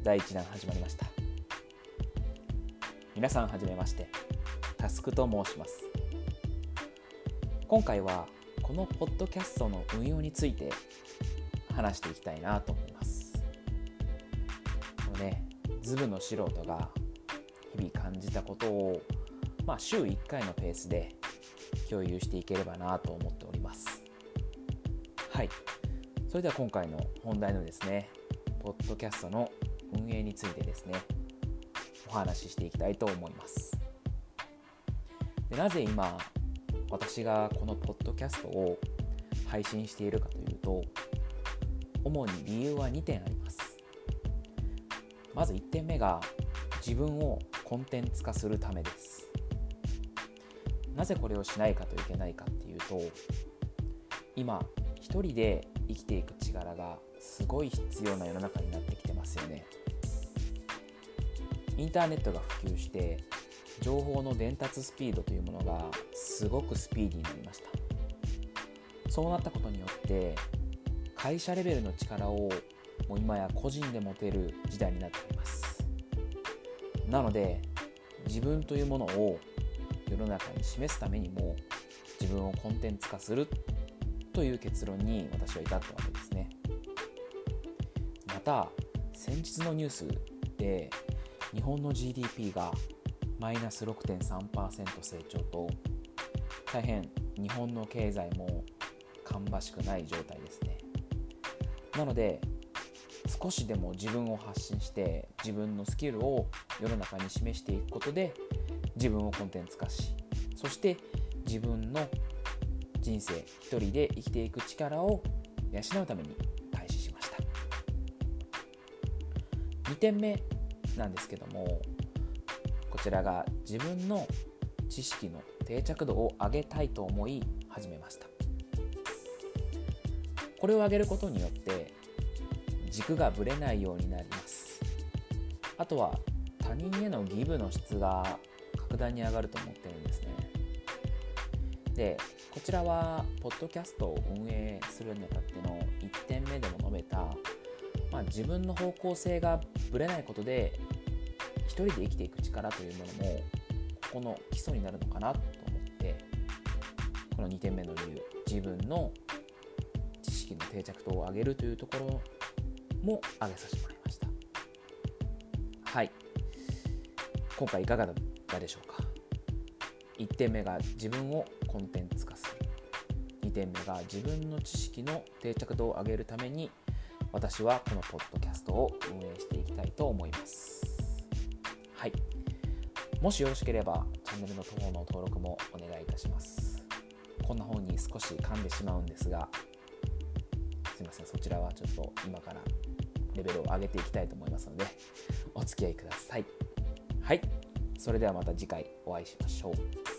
第1弾始まりました。皆さんはじめまして、タスクと申します。今回はこのポッドキャストの運用について話していきたいなと思います。ズブの素人が日々感じたことを、週1回のペースで共有していければなと思っております。はい、それでは今回の本題のですね、ポッドキャストの運営についてですね、お話ししていきたいと思います。で、なぜ今私がこのポッドキャストを配信しているかというと、主に理由は2点あります。まず1点目が自分をコンテンツ化するためです。なぜこれをしないかといけないかっていうと、今一人で生きていく力がすごい必要な世の中になってきてますよね。インターネットが普及して情報の伝達スピードというものがすごくスピーディーになりました。そうなったことによって会社レベルの力をもう今や個人で持てる時代になっています。なので自分というものを世の中に示すためにも自分をコンテンツ化するという結論に私は至ったわけですね。また先日のニュースで日本の GDP がマイナス 6.3% 成長と大変日本の経済も芳しくない状態ですね。なので少しでも自分を発信して自分のスキルを世の中に示していくことで自分をコンテンツ化し、そして自分の人生一人で生きていく力を養うために開始しました。2点目なんですけども、こちらが自分の知識の定着度を上げたいと思い始めました。これを上げることによって軸がぶれないようになります。あとは他人へのギブの質が格段に上がると思ってるんですね。で、こちらはポッドキャストを運営するにあたっての1点目でも述べた、自分の方向性がぶれないことで一人で生きていく力というものもここの基礎になるのかなと思って、この2点目の理由、自分の知識の定着度を上げるというところも挙げさせてもらいました。はい、今回いかがだったでしょうか。1点目が自分をコンテンツ化する、2点目が自分の知識の定着度を上げるために私はこのポッドキャストを運営していきたいと思います。はい、もしよろしければチャンネルの登録もお願いいたします。こんな本に少し噛んでしまうんですが、すいません、そちらはちょっと今からレベルを上げていきたいと思いますのでお付き合いください。はい、それではまた次回お会いしましょう。